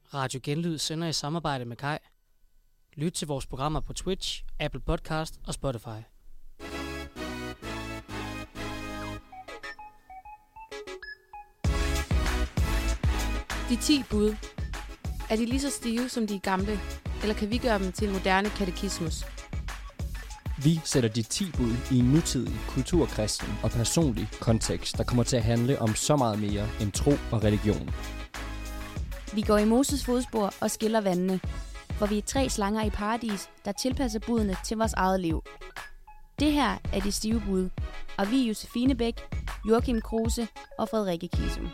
Radio Genlyd sender i samarbejde med Kai. Lyt til vores programmer på Twitch, Apple Podcast og Spotify. De 10 bud. Er de lige så stive som de gamle, eller kan vi gøre dem til en moderne katekismus? Vi sætter de 10 bud i en nutidig, kulturkristen og personlig kontekst, der kommer til at handle om så meget mere end tro og religion. Vi går i Moses fodspor og skiller vandene, for vi er 3 slanger i paradis, der tilpasser budene til vores eget liv. Det her er de stive bud, og vi er Josefine Bæk, Joachim Kruse og Frederikke Kisum.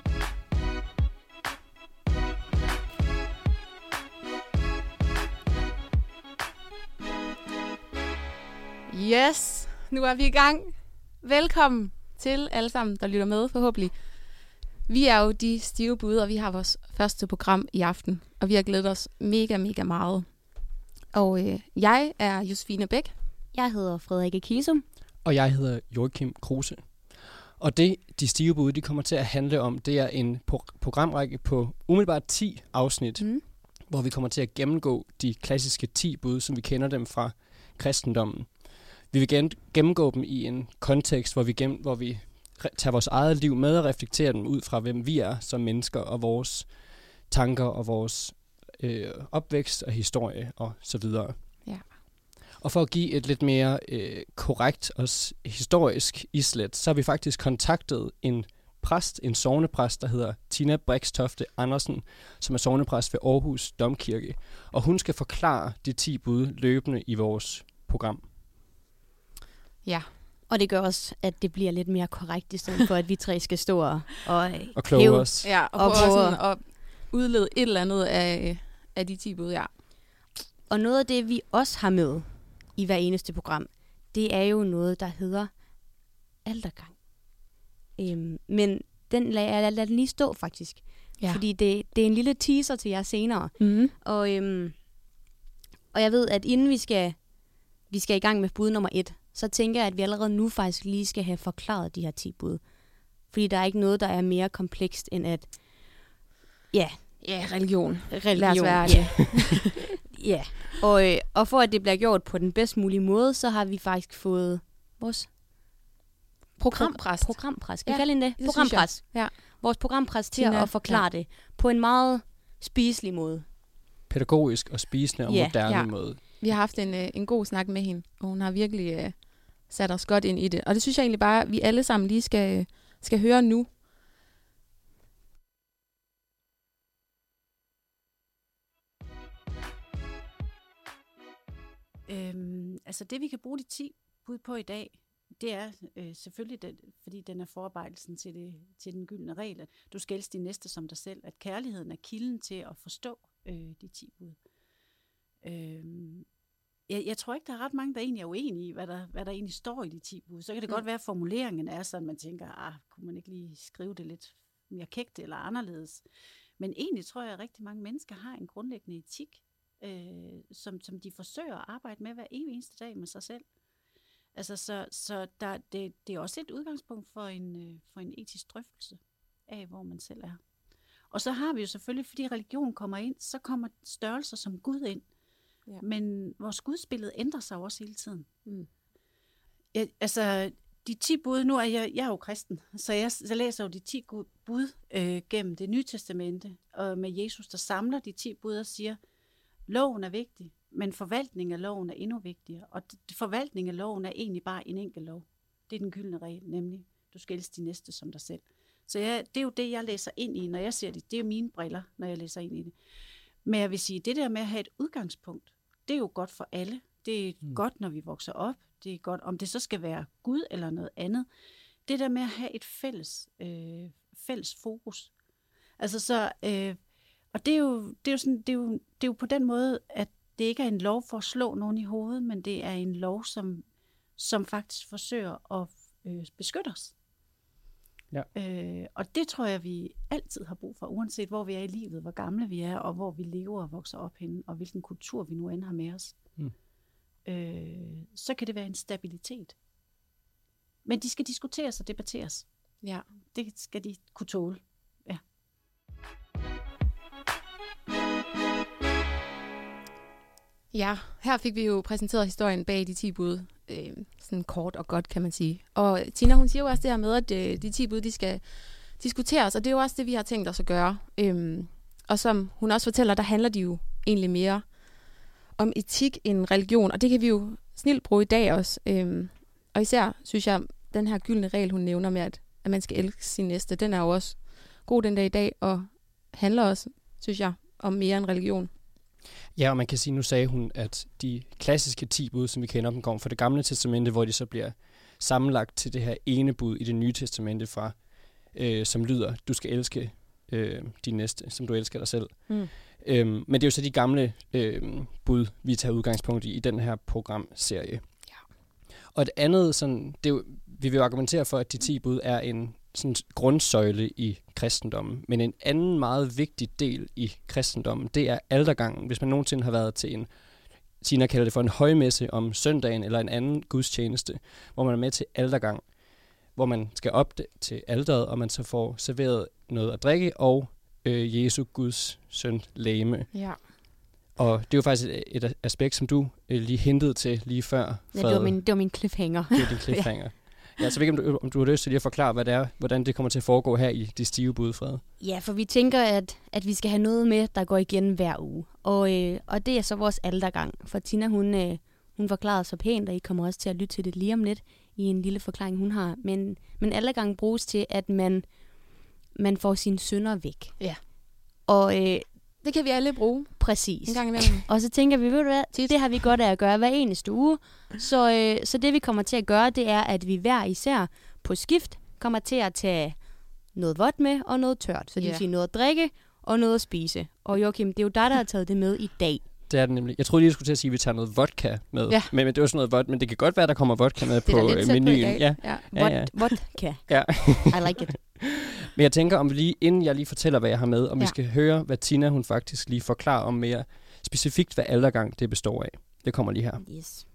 Yes, nu er vi i gang. Velkommen til alle sammen, der lytter med forhåbentlig. Vi er jo de stive bud, og vi har vores første program i aften, og vi har glædet os mega meget. Og jeg er Josefine Bæk. Jeg hedder Frederikke Kisum. Og jeg hedder Joachim Kruse. Og det, de stive bud, de kommer til at handle om, det er en programrække på umiddelbart 10 afsnit, hvor vi kommer til at gennemgå de klassiske 10 bud, som vi kender dem fra kristendommen. Vi vil gennemgå dem i en kontekst, hvor vi tager vores eget liv med og reflekterer dem ud fra, hvem vi er som mennesker, og vores tanker og vores opvækst og historie og så videre. Ja. Og for at give et lidt mere korrekt og historisk islet, så har vi faktisk kontaktet en sognepræst, der hedder Tina Brixtofte Andersen, som er sognepræst ved Aarhus Domkirke. Og hun skal forklare de 10 bud løbende i vores program. Ja. Og det gør også, at det bliver lidt mere korrekt, i stedet for, at vi 3 skal stå og kloge os. Ja, og prøve at udlede et eller andet af de 10 bud, ja. Og noget af det, vi også har med i hver eneste program, det er jo noget, der hedder altergang. Men den lader den lige stå, faktisk. Ja. Fordi det er en lille teaser til jer senere. Mm-hmm. Og jeg ved, at inden vi skal i gang med bud nummer 1, så tænker jeg, at vi allerede nu faktisk lige skal have forklaret de her 10 bud. Fordi der er ikke noget, der er mere komplekst end at... Ja, religion. Lad os være det. Ja. Og for at det bliver gjort på den bedst mulige måde, så har vi faktisk fået vores programpræst. Skal vi kalde hende det? Programpræst. Ja. Vores programpræst til at forklare det på en meget spiselig måde. Pædagogisk og spisende og moderne måde. Vi har haft en god snak med hende, og hun har virkelig sat os godt ind i det. Og det synes jeg egentlig bare, at vi alle sammen lige skal høre nu. Altså det, vi kan bruge de 10 bud på i dag, det er selvfølgelig, fordi den er forarbejdelsen til den gyldne regel, at du skal elske din næste som dig selv, at kærligheden er kilden til at forstå de 10 bud. Jeg tror ikke, der er ret mange, der egentlig er uenige i, hvad der egentlig står i de 10 bud. Så kan det godt være, at formuleringen er sådan, man tænker, kunne man ikke lige skrive det lidt mere kægt eller anderledes. Men egentlig tror jeg, at rigtig mange mennesker har en grundlæggende etik, som de forsøger at arbejde med hver eneste dag med sig selv. Altså, så det er også et udgangspunkt for en etisk drøftelse af, hvor man selv er. Og så har vi jo selvfølgelig, fordi religion kommer ind, så kommer størrelser som Gud ind. Ja. Men vores gudsbillede ændrer sig også hele tiden. Altså, de 10 bud, nu er jeg er jo kristen, så jeg læser jo de 10 bud gennem det nye testamente, og med Jesus, der samler de 10 bud og siger, loven er vigtig, men forvaltning af loven er endnu vigtigere. Og forvaltning af loven er egentlig bare en enkelt lov. Det er den gyldne regel, nemlig, du skal elske de næste som dig selv. Så det er jo det, jeg læser ind i, når jeg ser det. Det er mine briller, når jeg læser ind i det. Men jeg vil sige, det der med at have et udgangspunkt, det er jo godt for alle. Det er godt, når vi vokser op. Det er godt, om det så skal være Gud eller noget andet. Det der med at have et fælles fokus. Altså så, og det er jo på den måde, at det ikke er en lov for at slå nogen i hovedet, men det er en lov, som faktisk forsøger at beskytte os. Ja. Og det tror jeg, vi altid har brug for, uanset hvor vi er i livet, hvor gamle vi er, og hvor vi lever og vokser op henne, og hvilken kultur vi nu end har med os. Så kan det være en stabilitet. Men de skal diskuteres og debatteres. Ja. Det skal de kunne tåle. Ja. Ja, her fik vi jo præsenteret historien bag de 10 bud. Sådan kort og godt, kan man sige. Og Tina, hun siger jo også det her med, at de 10 bud, de skal diskuteres, og det er jo også det, vi har tænkt os at gøre. Og som hun også fortæller, der handler de jo egentlig mere om etik end religion, og det kan vi jo snilt bruge i dag også. Og især, synes jeg, den her gyldne regel, hun nævner med, at man skal elske sin næste, den er jo også god den dag i dag, og handler også, synes jeg, om mere end religion. Ja, og man kan sige, nu sagde hun, at de klassiske 10 bud, som vi kender dem, kommer fra det gamle testamente, hvor de så bliver sammenlagt til det her ene bud i det nye testamente fra, som lyder, du skal elske din næste, som du elsker dig selv. Men det er jo så de gamle bud, vi tager udgangspunkt i den her programserie. Ja. Og et andet, sådan, det er jo, vi vil jo argumentere for, at de 10 bud er en sådan grundsøjle i kristendommen. Men en anden meget vigtig del i kristendommen, det er altergangen. Hvis man nogensinde har været til en, Tina kalder det for en højmesse om søndagen, eller en anden gudstjeneste, hvor man er med til altergang, hvor man skal op til alteret, og man så får serveret noget at drikke, og Jesu Guds søn legeme. Ja. Og det er jo faktisk et aspekt, som du lige hintede til lige før. Ja, det var min cliffhanger. Det er din cliffhanger. Ja, så ved ikke, om du har lyst til lige at forklare, hvordan det kommer til at foregå her i de stive bud, Fred. Ja, for vi tænker, at vi skal have noget med, der går igen hver uge. Og det er så vores altergang. For Tina, hun forklarede så pænt, og I kommer også til at lytte til det lige om lidt, i en lille forklaring, hun har. Men altergang bruges til, at man får sine synder væk. Ja. Og det kan vi alle bruge. Præcis. En gang imellem. Og så tænker vi, ved du hvad, det har vi godt af at gøre hver eneste uge. Så det vi kommer til at gøre, det er, at vi hver især på skift kommer til at tage noget vådt med og noget tørt. Så det vil sige noget at drikke og noget at spise. Og Joachim, det er jo dig, der har taget det med i dag. Det er det nemlig. Jeg troede lige, jeg skulle til at sige, at vi tager noget vodka med. Ja. Men det var sådan noget vodka. Men det kan godt være, der kommer vodka med på menuen. Ja. Vodka. Ja. I like it. Men jeg tænker, om vi lige, inden jeg lige fortæller, hvad jeg har med, om vi skal høre, hvad Tina hun faktisk lige forklarer om mere specifikt, hvad altergang det består af. Det kommer lige her. Yes.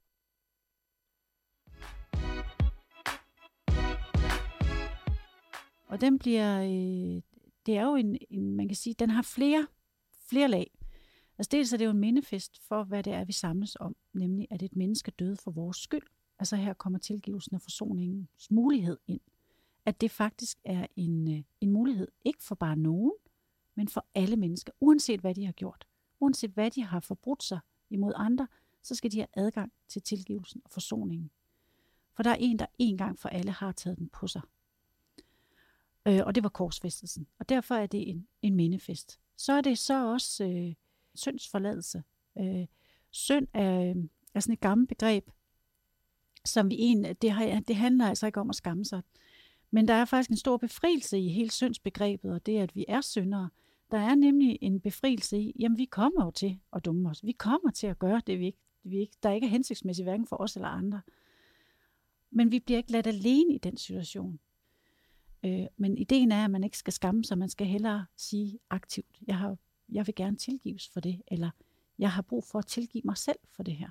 Og den bliver, det er jo en, man kan sige, den har flere lag. Altså dels er det jo en mindefest for, hvad det er, vi samles om, nemlig at et menneske døde for vores skyld. Altså her kommer tilgivelsen og forsoningens mulighed ind. At det faktisk er en mulighed, ikke for bare nogen, men for alle mennesker, uanset hvad de har gjort. Uanset hvad de har forbrudt sig imod andre, så skal de have adgang til tilgivelsen og forsoningen. For der er en, der en gang for alle har taget den på sig. Og det var korsfæstelsen. Og derfor er det en mindefest. Så er det så også syndsforladelse. Synd er sådan et gammelt begreb, som det handler altså ikke om at skamme sig. Men der er faktisk en stor befrielse i hele syndsbegrebet, og det at vi er syndere. Der er nemlig en befrielse i, jamen vi kommer jo til at dumme os. Vi kommer til at gøre det, der ikke er hensigtsmæssigt, hverken for os eller andre. Men vi bliver ikke ladt alene i den situation. Men ideen er, at man ikke skal skamme sig, man skal hellere sige aktivt, jeg vil gerne tilgives for det, eller jeg har brug for at tilgive mig selv for det her.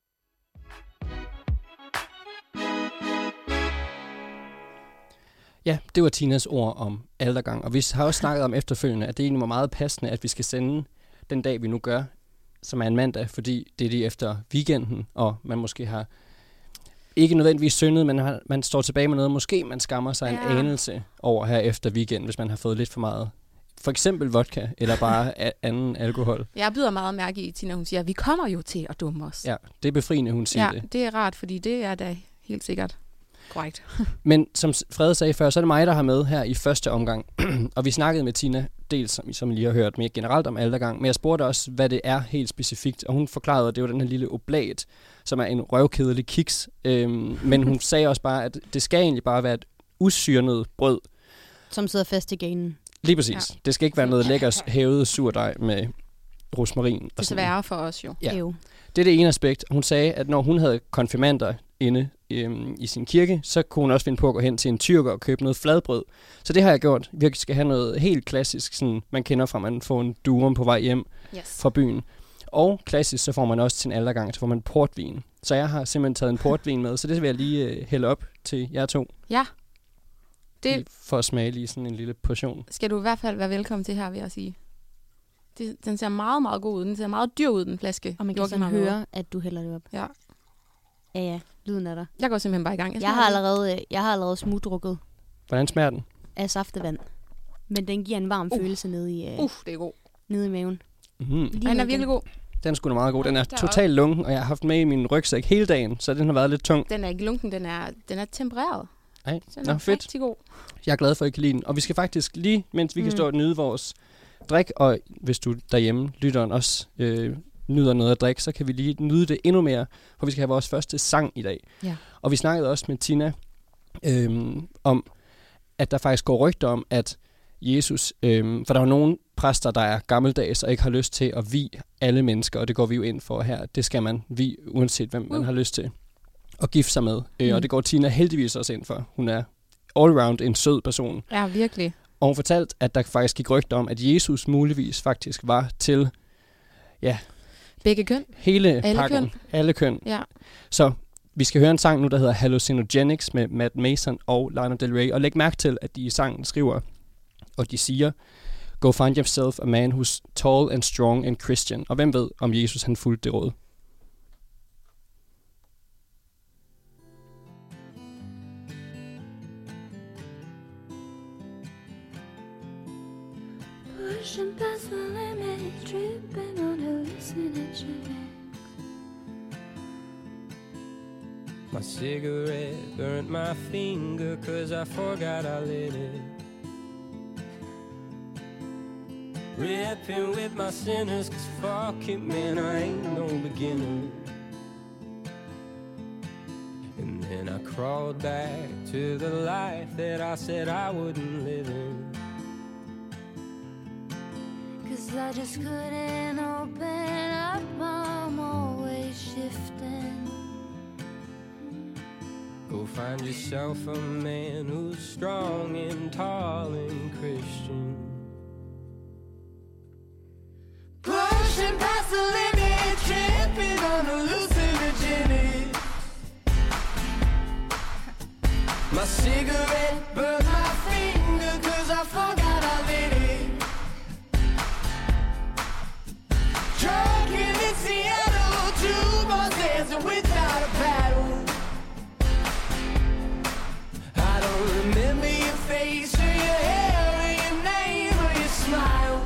Ja, det var Tinas ord om altergang, og vi har også snakket om efterfølgende, at det egentlig var meget passende, at vi skal sende den dag, vi nu gør, som er en mandag, fordi det er lige efter weekenden, og man måske har ikke nødvendigvis syndet, men man står tilbage med noget, måske man skammer sig en anelse over her efter weekenden, hvis man har fået lidt for meget. For eksempel vodka, eller bare anden alkohol. Jeg byder meget mærke i, Tina, hun siger, at vi kommer jo til at dumme os. Ja, det er befriende, hun siger det. Ja, det er rart, fordi det er da helt sikkert korrekt. Men som Frede sagde før, så er det mig, der har med her i første omgang. Og vi snakkede med Tina, dels som I lige har hørt, mere generelt om altergang, men jeg spurgte også, hvad det er helt specifikt. Og hun forklarede, at det var den her lille oblat, som er en røvkedelig kiks. Men hun sagde også bare, at det skal egentlig bare være et usyrnet brød. Som sidder fast i ganen. Lige præcis. Ja. Det skal ikke være noget lækkert hævet surdej med rosmarin. Det er værre for os jo. Ja. Det er det ene aspekt. Hun sagde, at når hun havde konfirmander inde i sin kirke, så kunne hun også finde på at gå hen til en tyrker og købe noget fladbrød. Så det har jeg gjort. Vi skal have noget helt klassisk, sådan man kender fra, man får en durum på vej hjem fra byen. Og klassisk, så får man også til en altergang, så får man portvin. Så jeg har simpelthen taget en portvin med, så det vil jeg lige hælde op til jer to. Ja. For at smage lige sådan en lille portion. Skal du i hvert fald være velkommen til her, vil jeg sige. Den ser meget, meget god ud. Den ser meget dyr ud, den flaske. Og man kan Joachim sådan har lavet. høre, at du hælder det op. Ja. Ja, lyden er der. Jeg går simpelthen bare i gang. Jeg har allerede smugdrukket Hvordan smager den? af saftevand. Men den giver en varm følelse nede i, Det er god. nede i maven. Den er virkelig god. Den er sgu da meget god. Den er Der er totalt lunken, og jeg har haft med i min rygsæk hele dagen, så den har været lidt tung. Den er ikke lunken, den er tempereret. Ej, Den er fedt. rigtig god. Jeg er glad for, at I kan lide den. Og vi skal faktisk lige, mens vi kan stå og nyde vores drik, og hvis du derhjemme, lytteren også nyder noget at drikke, så kan vi lige nyde det endnu mere, for vi skal have vores første sang i dag. Ja. Og vi snakkede også med Tina om, at der faktisk går rygter om, at Jesus, for der er jo nogle præster, der er gammeldags og ikke har lyst til at vie alle mennesker, og det går vi jo ind for her. Det skal man vie, uanset hvem man har lyst til at gifte sig med. Og det går Tina heldigvis også ind for. Hun er all-round en sød person. Ja, virkelig. Og hun fortalte, at der faktisk gik rygter om, at Jesus muligvis faktisk var til Begge køn. hele Alle pakken. køn. Alle køn. Ja. Så vi skal høre en sang nu, der hedder Hallucinogenics med Matt Mason og Lana Del Rey. Og læg mærke til, at de i sangen skriver, og de siger, Go find yourself a man who's tall and strong and Christian. Og hvem ved, om Jesus han fulgte det råd. Pushing past the limit, tripping on hallucinogens. My cigarette burnt my finger 'cause I forgot I lit it. Ripping with my sinners 'cause fuck it, man, I ain't no beginner. And then I crawled back to the life that I said I wouldn't live in. 'Cause I just couldn't open up, I'm always shifting. Go find yourself a man who's strong and tall and Christian. Pushing past the limit, tripping on hallucinogenics. My cigarette burned my finger 'cause I forgot I lit it. Drunk in Seattle, two boys dancing without a paddle. I don't remember your face or your hair or your name or your smile,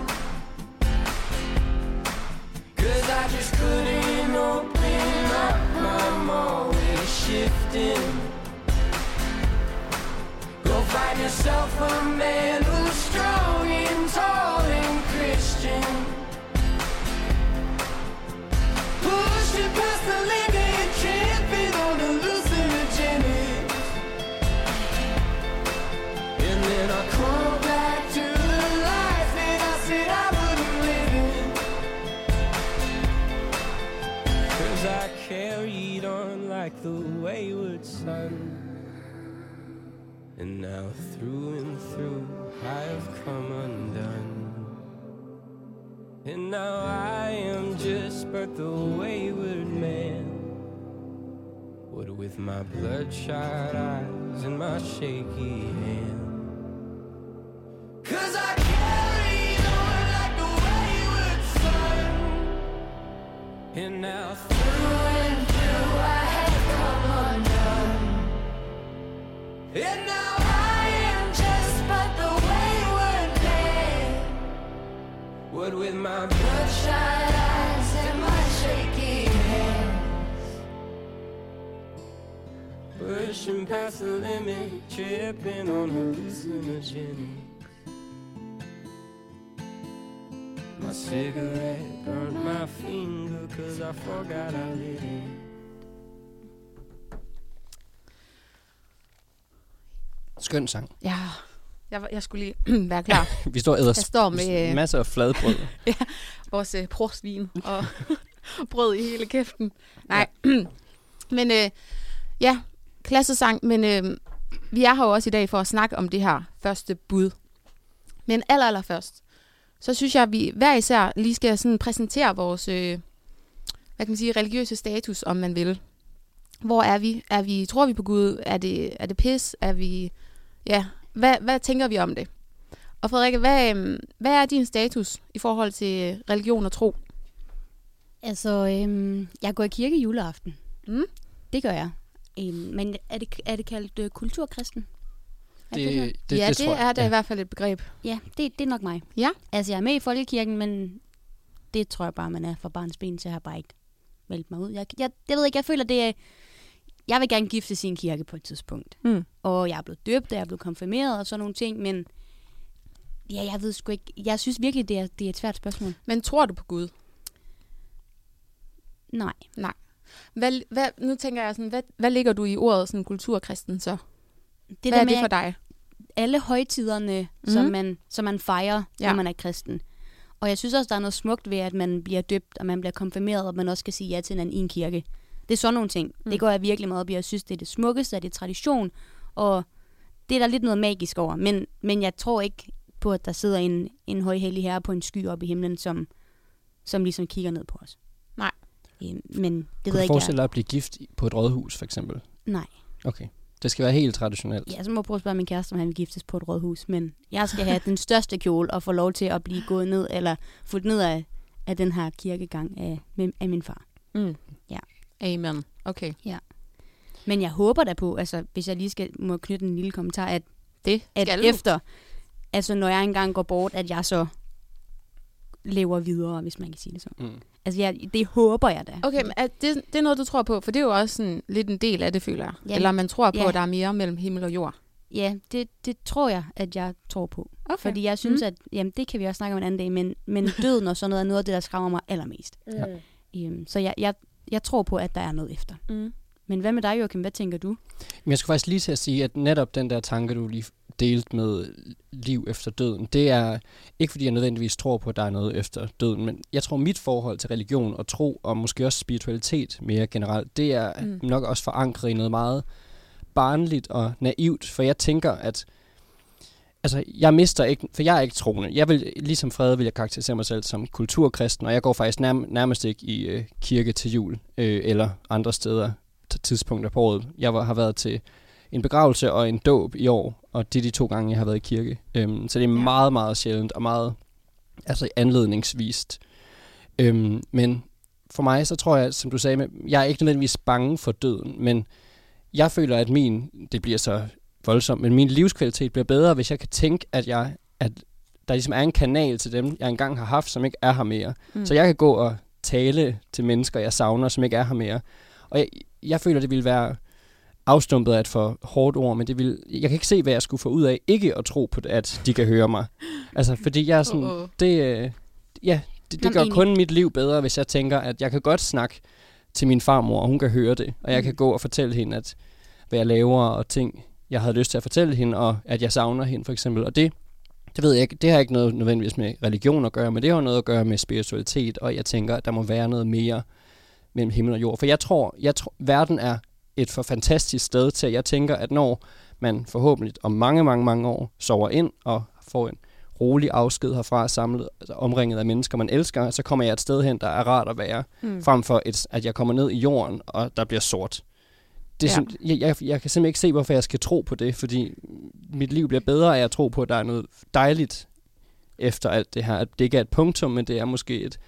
'cause I just couldn't open up, I'm always shifting. Go find yourself a man who's strong and tall and Christian. Pushing past the limit, tripping on hallucinogenics. And then I crawled back to the life that I said I wouldn't live in. 'Cause I carried on like the wayward son. And now through and through I have come undone. And now I am just but the wayward man, what with my bloodshot eyes and my shaky hand. 'Cause I carried on like the wayward son. And now through and through I have come undone. And now I am just but the wayward man, what with my bloodshot eyes and my shaky hands. Pushing past the limit, tripping on hallucinogens. My cigarette burned my finger 'cause I forgot I lit it. Skøn sang. Ja, jeg skulle lige være klar. Vi står og Jeg står med æder masser af fladbrød. vores prosvin og brød i hele kæften. Nej, men ja, klassesang, men vi er her jo også i dag for at snakke om det her første bud. Men allerførst, så synes jeg, at vi hver især lige skal sådan præsentere vores hvad kan man sige, religiøse status, om man vil. Hvor er vi? Tror vi på Gud? Er det pis? Er vi... Ja, hvad tænker vi om det? Og Frederikke, hvad er din status i forhold til religion og tro? Altså, jeg går i kirke juleaften. Mm. Det gør jeg. Men er det kaldt kulturkristen? Det Det tror jeg. er da i hvert fald et begreb. Ja, det er nok mig. Ja. Altså, jeg er med i folkekirken, men det tror jeg bare, man er fra barns ben, så jeg har bare ikke meldt mig ud. Jeg ved ikke, jeg føler, det er... Jeg vil gerne giftes i en kirke på et tidspunkt. Mm. Og jeg er blevet døbt, og jeg er blevet konfirmeret og sådan nogle ting, men ja, jeg ved sgu ikke... Jeg synes virkelig, det er et svært spørgsmål. Men tror du på Gud? Nej. Nu tænker jeg sådan, hvad ligger du i ordet sådan kulturkristen så? Det Hvad der er med det for dig? alle højtiderne, som man fejrer, når man er kristen. Og jeg synes også, der er noget smukt ved, at man bliver døbt, og man bliver konfirmeret, og man også skal sige ja til hinanden i en kirke. Det er sådan nogle ting. Det går jeg virkelig meget op i. Jeg synes, det er det smukkeste, at det er tradition, og det er der lidt noget magisk over. Men jeg tror ikke på, at der sidder en højhellig herre på en sky oppe i himlen, som ligesom kigger ned på os. Nej. Men det Kunne ved du jeg ikke. forestille dig at blive gift på et rådhus, for eksempel? Nej. Okay. Det skal være helt traditionelt. Ja, så må jeg prøve at spørge min kæreste, om han vil giftes på et rådhus. Men jeg skal have den største kjole og få lov til at blive gået ned, eller fuldt ned af den her kirkegang af min far. Mm. Ja. Amen. Okay. Men jeg håber da på, altså hvis jeg lige må knytte en lille kommentar, at Skal du? efter, altså når jeg engang går bort, at jeg så lever videre, hvis man kan sige det sådan. Mm. Altså det håber jeg da. Okay, men det er noget, du tror på, for det er jo også sådan lidt en del af det, føler jeg. Ja. Eller man tror på, Ja. at der er mere mellem himmel og jord. Ja, det tror jeg, at jeg tror på. Okay. Fordi jeg synes, at jamen, det kan vi også snakke om en anden dag, men døden og sådan noget er noget af det, der skræmmer mig allermest. Så jeg tror på, at der er noget efter. Mm. Men hvad med dig, Joachim? Hvad tænker du? Men jeg skulle faktisk lige til at sige, at netop den der tanke, du lige delte med liv efter døden, det er ikke fordi jeg nødvendigvis tror på, at der er noget efter døden, men jeg tror mit forhold til religion og tro, og måske også spiritualitet mere generelt, det er nok også forankret i noget meget barnligt og naivt, for jeg tænker, at altså, jeg mister ikke, for jeg er ikke troende. Jeg vil, ligesom Frede, vil jeg karakterisere mig selv som kulturkristen, og jeg går faktisk nærmest ikke i kirke til jul, eller andre steder tidspunkter på året. Jeg har været til en begravelse og en dåb i år, og det er de 2 gange, jeg har været i kirke. Så det er meget, meget sjældent og meget anledningsvist. Men for mig, så tror jeg, som du sagde, jeg er ikke nødvendigvis bange for døden, men jeg føler, at det bliver så voldsomt, men min livskvalitet bliver bedre, hvis jeg kan tænke, at der ligesom er en kanal til dem, jeg engang har haft, som ikke er her mere. Så jeg kan gå og tale til mennesker, jeg savner, som ikke er her mere. Og jeg føler, det ville være afstumpet af et for hårdt ord, men jeg kan ikke se, hvad jeg skulle få ud af ikke at tro på det, at de kan høre mig. Altså, fordi jeg er sådan, det gør kun mit liv bedre, hvis jeg tænker, at jeg kan godt snakke til min farmor, og hun kan høre det, og jeg kan gå og fortælle hende, at hvad jeg laver, og ting, jeg havde lyst til at fortælle hende, og at jeg savner hende, for eksempel. Og det ved jeg ikke, det har ikke noget nødvendigvis med religion at gøre, men det har noget at gøre med spiritualitet, og jeg tænker, at der må være noget mere mellem himmel og jord. For jeg tror, verden er et for fantastisk sted til, at jeg tænker, at når man forhåbentlig om mange, mange, mange år sover ind og får en rolig afsked herfra, samlet, altså omringet af mennesker, man elsker, så kommer jeg et sted hen, der er rart at være, frem for at jeg kommer ned i jorden, og der bliver sort. Det er jeg kan simpelthen ikke se, hvorfor jeg skal tro på det, fordi mit liv bliver bedre af at tro på, at der er noget dejligt efter alt det her. At det ikke er et punktum, men det er måske et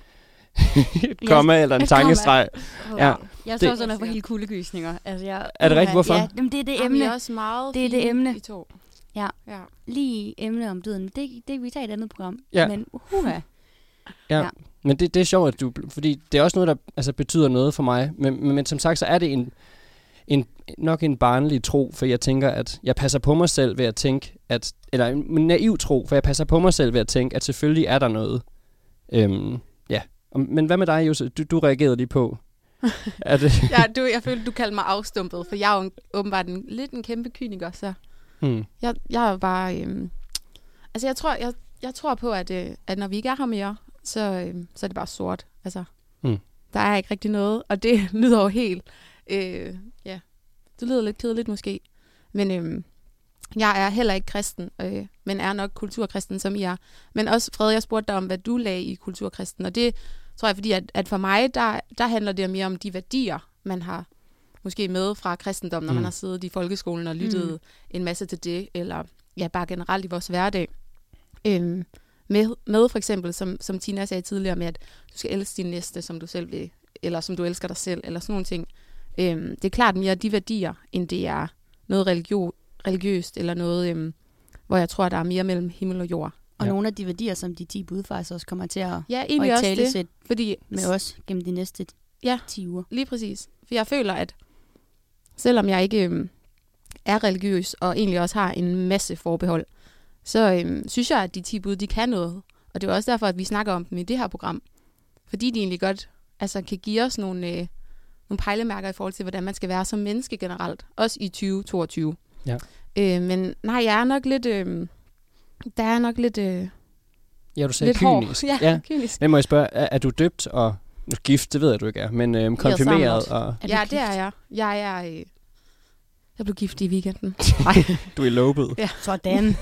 komma eller en tankestreg. Ja. Jeg står sådan for helt kuldegysninger. Altså, er det rigtigt? Hvorfor? Ja, jamen, det er det emne. Det er også meget det er det emne. I to. Ja. Ja. Lige emne om døden. Det kan vi tage i et andet program. Ja. Men Ja. Men det er sjovt, at fordi det er også noget, der altså, betyder noget for mig. Men som sagt, så er det nok en barnlig tro, for jeg tænker, at jeg passer på mig selv ved at tænke, eller en naiv tro, for jeg passer på mig selv ved at tænke, at selvfølgelig er der noget. Men hvad med dig, Jose? Du reagerede lige på. Er det? Jeg følte, du kaldte mig afstumpet, for jeg er jo åbenbart lidt en kæmpe kyniker, så jeg er bare... Altså, jeg tror på, at når vi ikke er her mere, så er det bare sort. Altså, der er ikke rigtig noget, og det lyder jo helt... det lyder lidt kedeligt måske, men jeg er heller ikke kristen, men er nok kulturkristen, som I er. Men også, Fred, jeg spurgte dig om, hvad du lagde i kulturkristen, og det tror jeg, fordi at for mig, der handler det mere om de værdier, man har måske med fra kristendom, når man har siddet i folkeskolen og lyttet en masse til det, eller bare generelt i vores hverdag. Med for eksempel, som Tina sagde tidligere, med at du skal elske din næste, som du selv vil, eller som du elsker dig selv, eller sådan nogle ting. Det er klart mere de værdier, end det er noget religiøst, eller noget, hvor jeg tror, der er mere mellem himmel og jord. Og nogle af de værdier, som de 10 bud faktisk også kommer til at egentlig også det, fordi med os gennem de næste 10 uger. Lige præcis. For jeg føler, at selvom jeg ikke er religiøs, og egentlig også har en masse forbehold, så synes jeg, at de 10 bud, de kan noget. Og det er også derfor, at vi snakker om dem i det her program. Fordi de egentlig godt kan give os nogle pejlemærker i forhold til, hvordan man skal være som menneske generelt. Også i 2022. Ja. Men nej, jeg er nok lidt... der er nok lidt... Ja, du sagde lidt kynisk. Hård. Ja, kynisk. Men må jeg spørge, er du døbt og... Gift, det ved jeg, du ikke er, men konfirmeret og... Ja, det er jeg. Jeg blev gift i weekenden. Du er lopet. Ja. Sådan.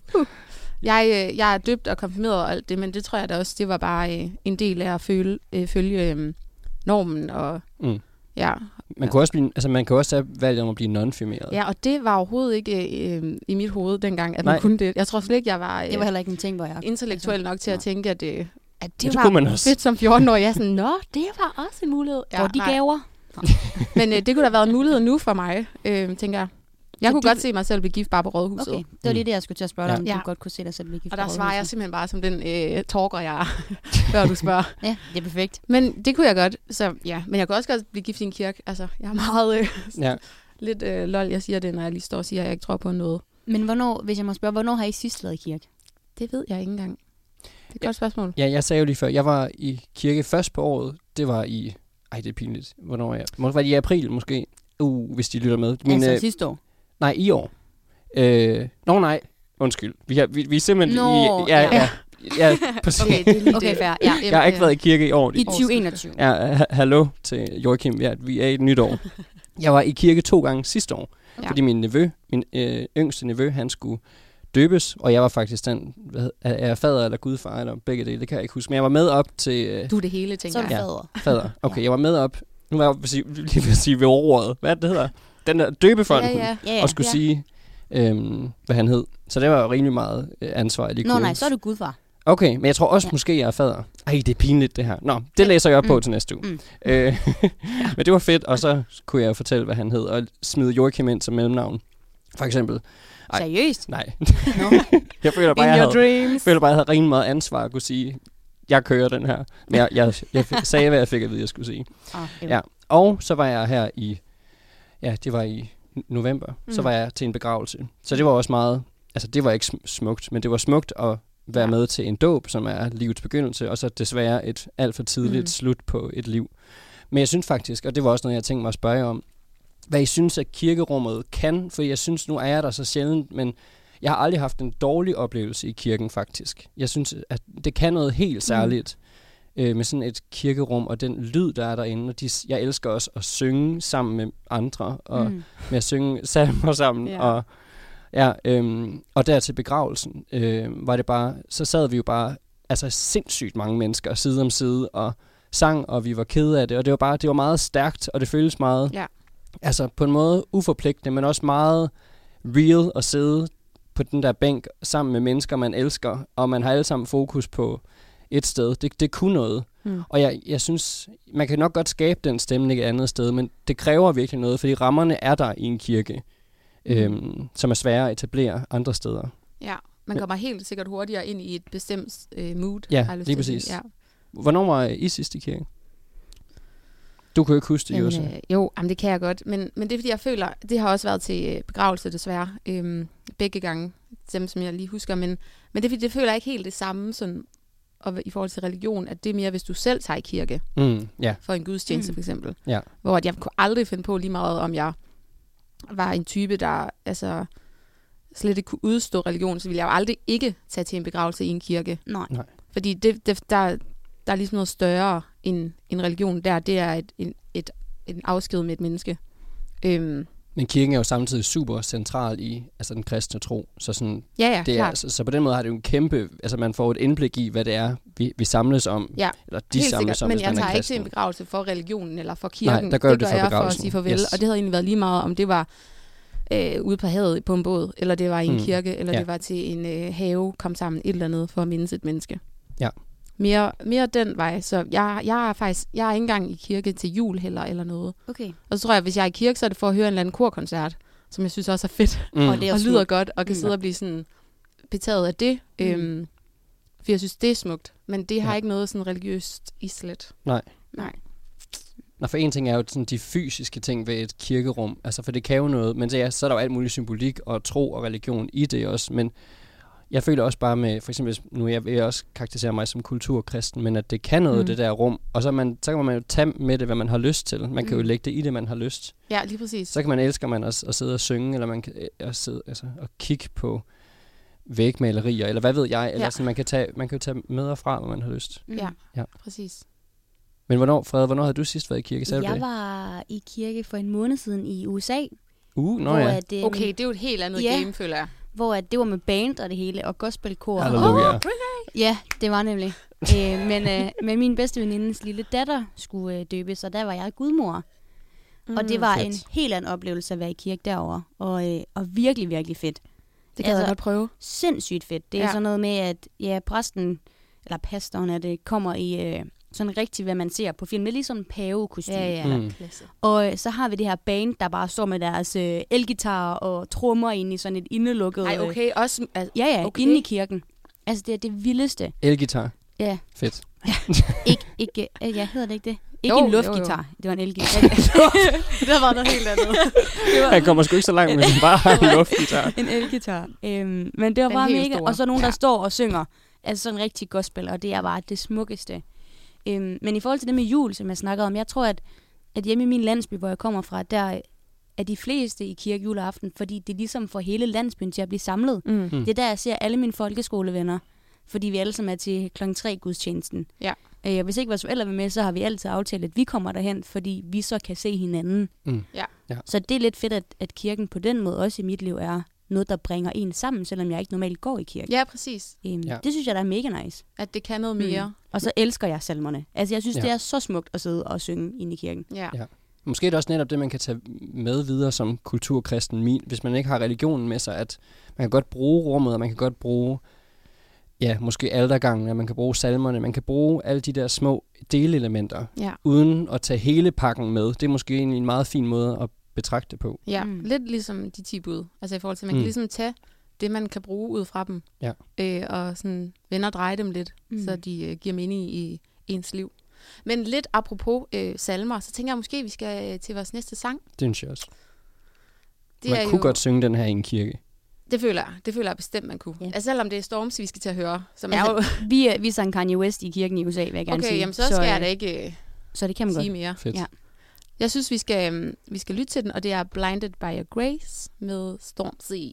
Jeg er døbt og konfirmeret og alt det, men det tror jeg da også, det var bare en del af at følge normen. Og, Man kan også blive, man kan også have valgt om at blive non-firmeret. Ja, og det var overhovedet ikke i mit hoved dengang, at man kunne det. Jeg tror slet ikke, jeg var, det var heller ikke en ting, hvor jeg intellektuel nok til at tænke, at det var fedt som 14-årig. Jeg er sådan, nå, det var også en mulighed. Ja, de gaver. Men det kunne da have været en mulighed nu for mig, tænker jeg. Jeg kunne godt se mig selv blive gift bare på Rådhuset. Okay, det var lige det, jeg skulle til at spørge dig, om du godt kunne se dig selv blive gift og på Rådhuset. Og der svarer jeg simpelthen bare som den talker, jeg er, før du spørger. Ja, det er perfekt. Men det kunne jeg godt. Så ja, men jeg kunne også godt blive gift i en kirke. Altså, jeg er meget lidt lol, jeg siger det, når jeg lige står og siger, at jeg ikke tror på noget. Men hvornår, hvis jeg må spørge, hvornår har I sidst været i kirke? Det ved jeg ikke engang. Det er et godt spørgsmål. Ja, jeg sagde jo lige før, jeg var i kirke først på året. Det var i... Ej, det er pinligt. Hvornår er jeg? Var det i april måske? Hvis de lytter med. Altså sidste år? Nej, i år. Nej. Undskyld. Vi er simpelthen Ja, præcis. Okay, fair. Ja. Jeg har ikke været i kirke i år. I 2021. Ja, hallo til Joachim. Ja, vi er i et nyt år. Jeg var i kirke 2 gange sidste år, fordi min yngste nevø, han skulle døbes, og jeg var faktisk den, er fader eller gudfar, eller begge dele, det kan jeg ikke huske, men jeg var med op til... Du er det hele, tænker jeg. Så fader. Fader. Okay, jeg var med op, nu var jeg lige ved at sige ved ordet, hvad det hedder? Den der døbefonden, og skulle sige, hvad han hed. Så det var jo rimelig meget ansvar, jeg lige kunne. Nej, så er du gudfar. Okay, men jeg tror også måske, jeg er fader. Ej, det er pinligt det her. Nå, det læser jeg op på til næste uge. Men det var fedt, og så kunne jeg fortælle, hvad han hed, og smide Joachim ind som mellemnavn. For eksempel. Seriøst? Nej. Jeg føler bare, jeg havde rimelig meget ansvar at kunne sige, jeg kører den her. Men jeg sagde, hvad jeg fik at vide, jeg skulle sige. Ja. Og så var jeg her i, det var i november, så var jeg til en begravelse. Så det var også meget, altså det var ikke smukt, men det var smukt at være med til en dåb, som er livets begyndelse, og så desværre et alt for tidligt slut på et liv. Men jeg synes faktisk, og det var også noget, jeg tænkte mig at spørge om, hvad I synes, at kirkerummet kan, for jeg synes, nu er jeg der så sjældent, men jeg har aldrig haft en dårlig oplevelse i kirken faktisk. Jeg synes, at det kan noget helt særligt med sådan et kirkerum, og den lyd, der er derinde. Og jeg elsker også at synge sammen med andre, og med at synge salmer sammen, og der til begravelsen var det bare, så sad vi jo bare, altså sindssygt mange mennesker side om side, og sang, og vi var kede af det, og det var meget stærkt, og det føltes meget, altså på en måde uforpligtende, men også meget real at sidde på den der bænk sammen med mennesker, man elsker, og man har alle sammen fokus på et sted. Det kunne noget. Og jeg synes, man kan nok godt skabe den stemning et andet sted, men det kræver virkelig noget, fordi rammerne er der i en kirke, som er svære at etablere andre steder. Ja, man kommer helt sikkert hurtigere ind i et bestemt mood. Ja, lige præcis. Ja. Hvornår var I sidst i kirke? Du kan jo ikke huske det, Josse. Jo, det kan jeg godt. Men det er, fordi jeg føler, det har også været til begravelse desværre. Begge gange, dem som jeg lige husker. Men det er, fordi det føler jeg ikke helt det samme sådan, og i forhold til religion, at det er mere, hvis du selv tager i kirke. For en gudstjeneste for eksempel. Hvor jeg kunne aldrig finde på lige meget, om jeg var en type, der altså slet ikke kunne udstå religion, så ville jeg jo aldrig ikke tage til en begravelse i en kirke. Nej. Fordi der er ligesom noget større end religion der. Det er en afsked med et menneske. Men kirken er jo samtidig super central i den kristne tro. Så sådan, det er, så på den måde har det jo en kæmpe, altså man får et indblik i, hvad det er, vi samles om. Ja, eller de helt samles om, men jeg tager ikke til en begravelse for religionen eller for kirken. Nej, der gør det for jeg begravelsen. for at sige farvel. Yes. Og det havde egentlig været lige meget, om det var ude på havet på en båd, eller det var i en kirke, eller Ja. det var til en have, kom sammen et eller andet for at mindes et menneske. Ja. Mere den vej. Så jeg er ikke engang i kirke til jul heller, eller noget. Okay. Og så tror jeg, at hvis jeg er i kirke, så er det for at høre en eller anden korkoncert, som jeg synes også er fedt, Og det er og også lyder smukt. godt, og kan sidde og blive sådan betaget af det. For jeg synes, det er smukt. Men det har ikke noget sådan religiøst islet. Nej. Nej. Nå, for en ting er jo sådan de fysiske ting ved et kirkerum, altså for det kan jo noget, men så er der jo alt muligt symbolik og tro og religion i det også, men jeg føler også bare med, for eksempel nu jeg vil også karakterisere mig som kulturkristen, men at det kan noget, det der rum, og så kan man jo tage med det, hvad man har lyst til. Man kan jo lægge det i det, man har lyst. Ja, lige præcis. Så kan man elske man at sidde og synge, eller man kan sidde og kigge på vægmalerier, eller hvad ved jeg, eller sådan, man kan jo tage med og fra, hvad man har lyst. Ja, præcis. Men hvornår havde du sidst været i kirke? Sagde du Jeg det? var i kirke for en måned siden i USA. Nå ja. Okay, det er jo et helt andet game, føler jeg. Hvor at det var med band og det hele, og gospelkor. Halleluja. Ja, det var nemlig. Men min bedste venindes lille datter skulle døbes, og der var jeg gudmor. Og det var fedt. en helt anden oplevelse at være i kirke derovre. Og virkelig, virkelig fedt. Det kan jeg godt prøve. Sindssygt fedt. Det er sådan noget med, at præsten, eller pastoren er det, kommer i sådan rigtigt, hvad man ser på film. Det er ligesom en pavekostyme. Ja. Og så har vi det her band, der bare står med deres elgitar og trommer ind i sådan et indelukket... Ej, okay. Også, okay. Inde i kirken. Altså, det er det vildeste. Elgitar. Ja. Fedt. Ikke, ja, hedder det ikke det? Ikke Jo, en luftgitar. jo. Det var en elgitar. Det var noget helt andet. Jeg kommer sgu ikke så langt, men bare har en luftgitar. En elgitar. Men det var Den bare helt mega. store. Og så nogen, der står og synger. Altså sådan en rigtig gospel, og det er bare det smukkeste. Men i forhold til det med jul, som jeg snakkede om, jeg tror, at hjemme i min landsby, hvor jeg kommer fra, der er de fleste i kirke juleaften, fordi det er ligesom får hele landsbyen til at blive samlet. Det er der, jeg ser alle mine folkeskolevenner, fordi vi alle sammen er til klokken 3 gudstjenesten. Ja. Hvis ikke vores forældre vil med, så har vi altid aftalt, at vi kommer derhen, fordi vi så kan se hinanden. Ja. Så det er lidt fedt, at kirken på den måde også i mit liv er noget, der bringer en sammen, selvom jeg ikke normalt går i kirke. Ja, præcis. Det synes jeg, der er mega nice. At det kan noget mere. Og så elsker jeg salmerne. Altså, jeg synes, det er så smukt at sidde og synge inde i kirken. Ja. Måske er det også netop det, man kan tage med videre som kulturkristen, hvis man ikke har religionen med sig, at man kan godt bruge rummet, og man kan godt bruge, måske altergangen, og man kan bruge salmerne, man kan bruge alle de der små delelementer, uden at tage hele pakken med. Det er måske egentlig en meget fin måde at betragte det på. Ja, lidt ligesom de 10 bud. Altså i forhold til, at man kan ligesom tage det, man kan bruge ud fra dem, og sådan vende og dreje dem lidt, så de giver mening i ens liv. Men lidt apropos salmer, så tænker jeg måske, vi skal til vores næste sang. Det synes jeg også. Man kunne godt synge den her i en kirke. Det føler jeg bestemt, man kunne. Altså selvom det er Storms, vi skal til at høre. Som vi sang Kanye West i kirken i USA, vil jeg gerne sige. Okay, jamen så skal jeg da ikke så det kan man sige godt. mere. Fedt. Ja. Jeg synes, vi skal lytte til den, og det er Blinded by Your Grace med Stormzy.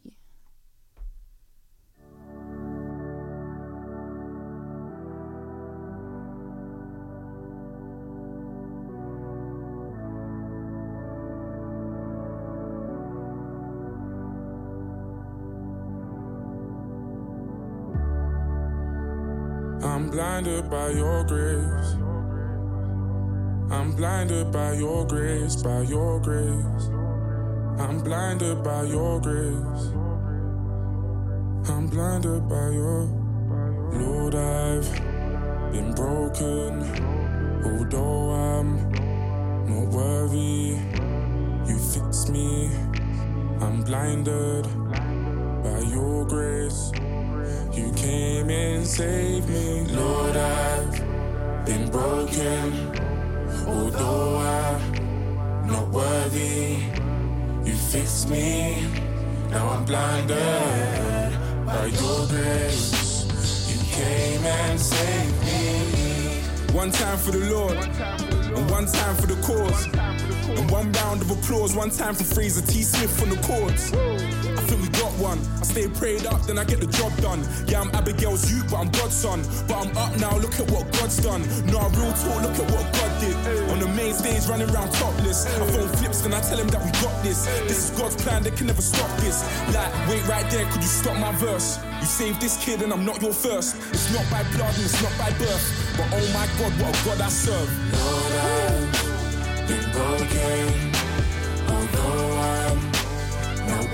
I'm blinded by your grace. I'm blinded by your grace, by your grace. I'm blinded by your grace. I'm blinded by your Lord, I've been broken. Although I'm not worthy, you fix me. I'm blinded by your grace. You came and saved me. Lord, I've been broken. Although I'm not worthy, you fixed me. Now I'm blinded by your grace. You came and saved me. One time for the Lord, and one time for the cause. And one round of applause, one time for Fraser T. Smith on the chords. I think we got one. I stay prayed up, then I get the job done. Yeah, I'm Abigail's youth, but I'm God's son. But I'm up now, look at what God's done. No, real talk, look at what God did. On the main stage, running around topless. I phone flips, then I tell him that we got this. This is God's plan, they can never stop this. Like, wait right there, could you stop my verse? You saved this kid and I'm not your first. It's not by blood and it's not by birth. But oh my God, what a God I serve. Lord, I've been broken. Although I'm not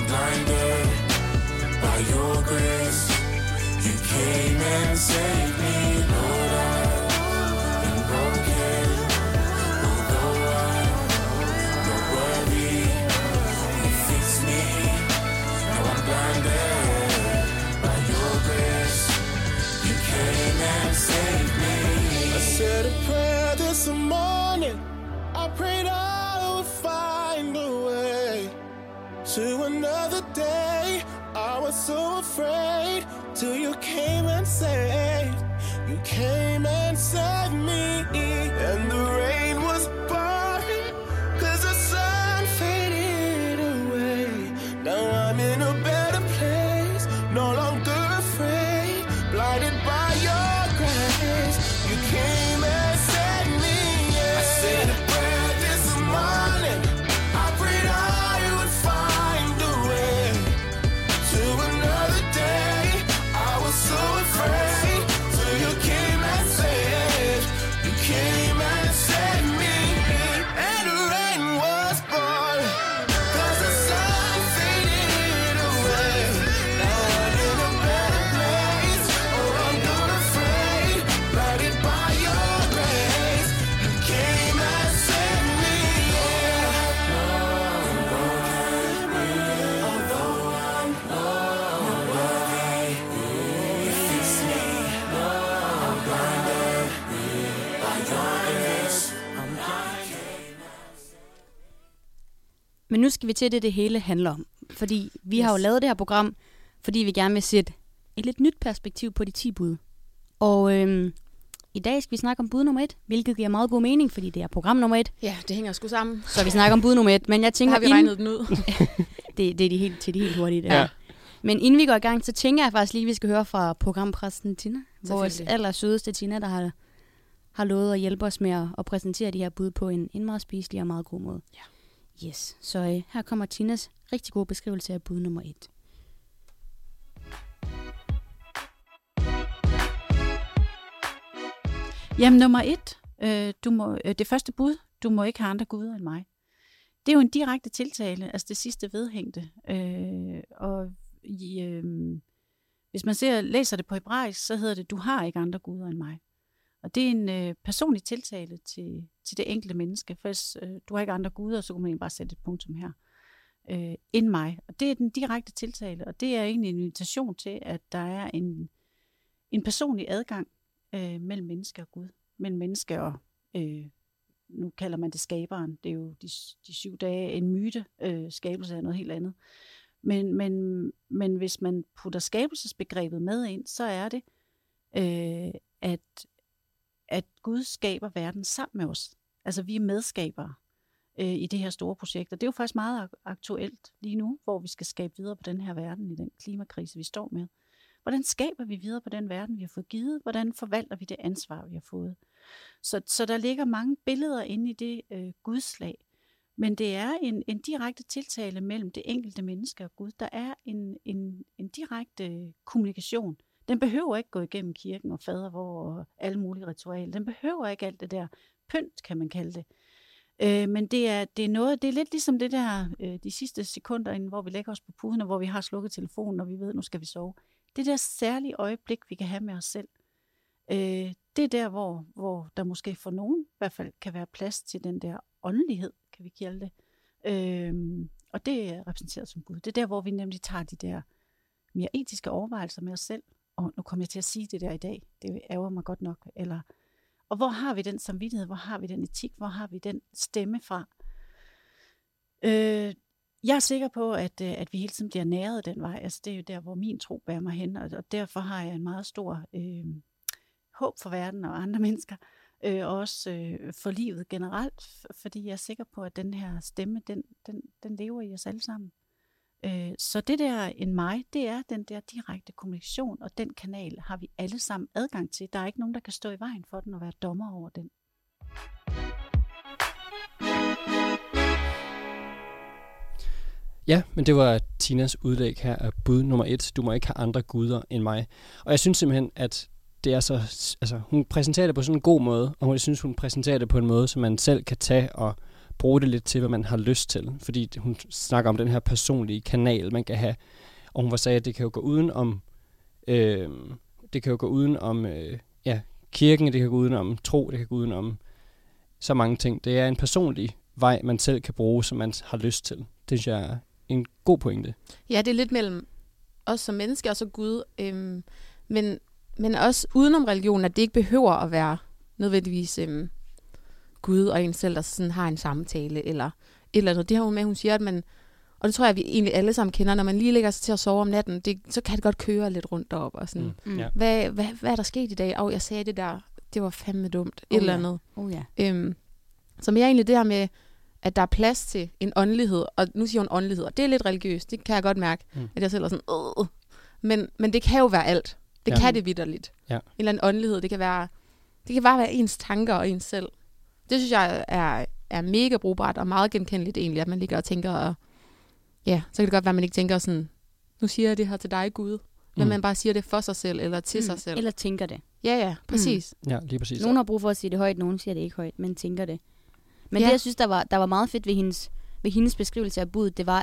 blinded by your grace. You came and saved me, Lord. I've been broken, although I'm not worthy. You fixed me, now I'm blinded by your grace. You came and saved me. I said a prayer this morning. I prayed I would find a way to another day. I was so afraid till you came and saved. You came and saved me. And the rain was pouring 'cause the sun faded away. Now I'm in a better place, no longer afraid. Blinded by your grace, you came and saved me. I said a prayer this morning. I prayed I would find a way to another day. I was so afraid till you came and saved. You came and saved me. And the rain was pouring 'cause the sun faded away. Now I'm in a better place, oh I'm not afraid. Blinded by your grace, you came and saved me. Although I'm not worthy, you fixed me. I'm blinded by your grace. I'm blinded. Men nu skal vi til det hele handler om. Fordi vi har jo lavet det her program, fordi vi gerne vil sætte et lidt nyt perspektiv på de 10 bud. Og i dag skal vi snakke om bud nummer 1, hvilket giver meget god mening, fordi det er program nummer 1. Ja, det hænger sgu sammen. Så vi snakker om bud nummer 1. Men jeg tænker, Har vi regnet den ud? det er de helt hurtige, det Ja. her. Men inden vi går i gang, så tænker jeg faktisk lige, at vi skal høre fra programpræsten Tina. Vores allersødeste Tina, der har lovet at hjælpe os med at præsentere de her bud på en meget spiselig og meget god måde. Ja. Yes, så her kommer Tinas rigtig gode beskrivelse af bud nummer 1. Jamen nummer 1, det første bud, du må ikke have andre guder end mig. Det er jo en direkte tiltale, altså det sidste vedhængte. Hvis man læser det på hebraisk, så hedder det, du har ikke andre guder end mig. Og det er en personlig tiltale til det enkelte menneske. For hvis du har ikke andre guder, så kunne man egentlig bare sætte et punktum her. End mig. Og det er den direkte tiltale, og det er egentlig en invitation til, at der er en personlig adgang mellem menneske og Gud. Mellem menneske og, nu kalder man det skaberen. Det er jo de 7 dage en myte. Skabelse er noget helt andet. Men hvis man putter skabelsesbegrebet med ind, så er det, at Gud skaber verden sammen med os. Altså vi er medskabere i det her store projekt. Og det er jo faktisk meget aktuelt lige nu, hvor vi skal skabe videre på den her verden, i den klimakrise, vi står med. Hvordan skaber vi videre på den verden, vi har fået givet? Hvordan forvalter vi det ansvar, vi har fået? Så der ligger mange billeder inde i det gudslag. Men det er en direkte tiltale mellem det enkelte menneske og Gud. Der er en direkte kommunikation. Den behøver ikke gå igennem kirken og fadervor og alle mulige ritualer. Den behøver ikke alt det der pynt, kan man kalde det. Men det er lidt ligesom det der, de sidste sekunder, inden, hvor vi lægger os på puden, og hvor vi har slukket telefonen, og vi ved, nu skal vi sove. Det der særlige øjeblik, vi kan have med os selv. Det er der, hvor der måske for nogen i hvert fald kan være plads til den der åndelighed, kan vi kalde det. Og det er repræsenteret som Gud. Det er der, hvor vi nemlig tager de der mere etiske overvejelser med os selv. Og nu kommer jeg til at sige det der i dag. Det ærger mig godt nok. Og hvor har vi den samvittighed? Hvor har vi den etik? Hvor har vi den stemme fra? Jeg er sikker på, at vi hele tiden bliver næret den vej. Altså, det er jo der, hvor min tro bærer mig hen. Og derfor har jeg en meget stor håb for verden og andre mennesker. Og også for livet generelt. Fordi jeg er sikker på, at den her stemme, den lever i os alle sammen. Så det der en mig, det er den der direkte kommunikation, og den kanal har vi alle sammen adgang til. Der er ikke nogen, der kan stå i vejen for den og være dommer over den. Ja, men det var Tinas udlæg her af bud nummer 1. Du må ikke have andre guder end mig. Og jeg synes simpelthen, at det er så... Altså, hun præsenterer det på sådan en god måde, og jeg synes, hun præsenterer det på en måde, som man selv kan tage og bruge det lidt til, hvad man har lyst til. Fordi hun snakker om den her personlige kanal, man kan have. Og hun sagde, at det kan jo gå uden om, kirken, det kan gå uden om tro, det kan gå uden om så mange ting. Det er en personlig vej, man selv kan bruge, som man har lyst til. Det synes jeg er en god pointe. Ja, det er lidt mellem os som mennesker og så Gud. Men også udenom religion, at det ikke behøver at være nødvendigvis Gud og en selv, der sådan har en samtale eller et eller andet. Det har hun med, hun siger, at man, og det tror jeg, vi egentlig alle sammen kender, når man lige lægger sig til at sove om natten, så kan det godt køre lidt rundt op og sådan, Ja. hvad er der sket i dag? Jeg sagde det der, det var fandme dumt, et eller andet. Så mere egentlig det her med, at der er plads til en åndelighed, og nu siger hun åndelighed, og det er lidt religiøst, det kan jeg godt mærke, at jeg selv er sådan, men det kan jo være alt. Det kan det vitterligt. Ja. En eller anden åndelighed, det kan bare være ens tanker og ens selv. Det synes jeg er mega brugbart og meget genkendeligt egentlig, at man ligger og tænker, og ja, så kan det godt være, at man ikke tænker sådan, nu siger jeg det her til dig, Gud, men man bare siger det for sig selv, eller til sig selv. Eller tænker det. Ja, præcis. Ja, lige præcis. Nogen har brug for at sige det højt, nogen siger det ikke højt, men tænker det. Men det, jeg synes, der var meget fedt ved hendes beskrivelse af budet, det var,